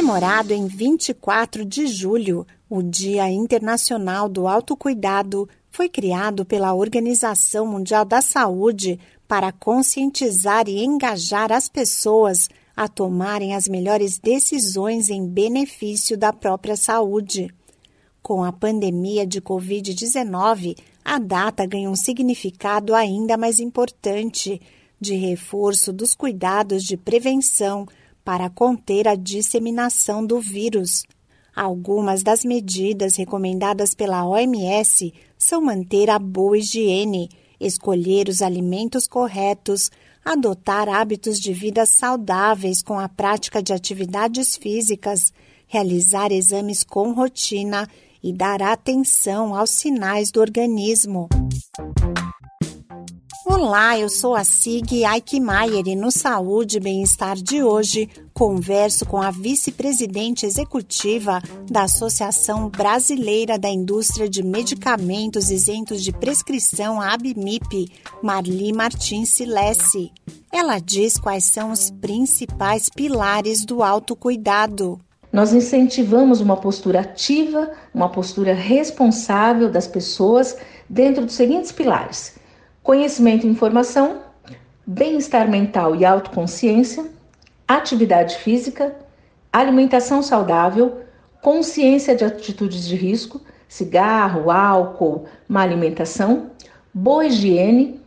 Comemorado em 24 de julho, o Dia Internacional do Autocuidado foi criado pela Organização Mundial da Saúde para conscientizar e engajar as pessoas a tomarem as melhores decisões em benefício da própria saúde. Com a pandemia de Covid-19, a data ganhou um significado ainda mais importante, de reforço dos cuidados de prevenção para conter a disseminação do vírus. Algumas das medidas recomendadas pela OMS são manter a boa higiene, escolher os alimentos corretos, adotar hábitos de vida saudáveis com a prática de atividades físicas, realizar exames com rotina e dar atenção aos sinais do organismo. Olá, eu sou a Sig Eichmeier e no Saúde e Bem-Estar de hoje converso com a vice-presidente executiva da Associação Brasileira da Indústria de Medicamentos Isentos de Prescrição, a ABMIP, Marli Martins Silesi. Ela diz quais são os principais pilares do autocuidado. Nós incentivamos uma postura ativa, uma postura responsável das pessoas dentro dos seguintes pilares: conhecimento e informação, bem-estar mental e autoconsciência, atividade física, alimentação saudável, consciência de atitudes de risco, cigarro, álcool, má alimentação, boa higiene,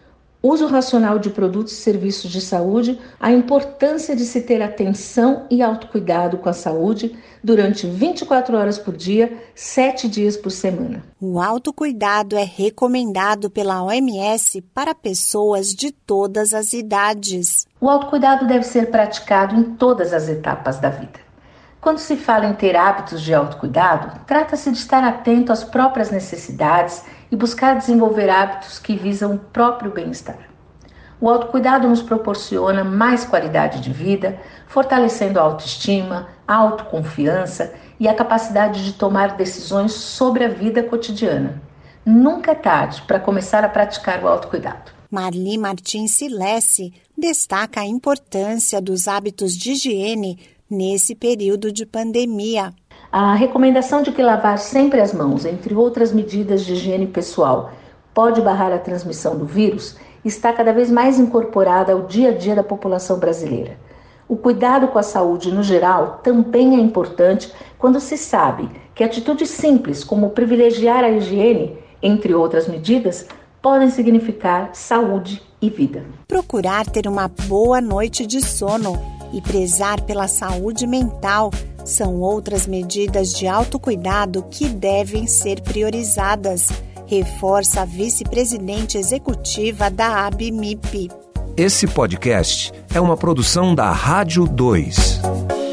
uso racional de produtos e serviços de saúde, a importância de se ter atenção e autocuidado com a saúde durante 24 horas por dia, 7 dias por semana. O autocuidado é recomendado pela OMS para pessoas de todas as idades. O autocuidado deve ser praticado em todas as etapas da vida. Quando se fala em ter hábitos de autocuidado, trata-se de estar atento às próprias necessidades e buscar desenvolver hábitos que visam o próprio bem-estar. O autocuidado nos proporciona mais qualidade de vida, fortalecendo a autoestima, a autoconfiança e a capacidade de tomar decisões sobre a vida cotidiana. Nunca é tarde para começar a praticar o autocuidado. Marli Martins Silesi destaca a importância dos hábitos de higiene nesse período de pandemia. A recomendação de que lavar sempre as mãos, entre outras medidas de higiene pessoal, pode barrar a transmissão do vírus, está cada vez mais incorporada ao dia a dia da população brasileira. O cuidado com a saúde no geral também é importante quando se sabe que atitudes simples, como privilegiar a higiene, entre outras medidas, podem significar saúde e vida. Procurar ter uma boa noite de sono e prezar pela saúde mental são outras medidas de autocuidado que devem ser priorizadas, reforça a vice-presidente executiva da ABMIP. Esse podcast é uma produção da Rádio 2.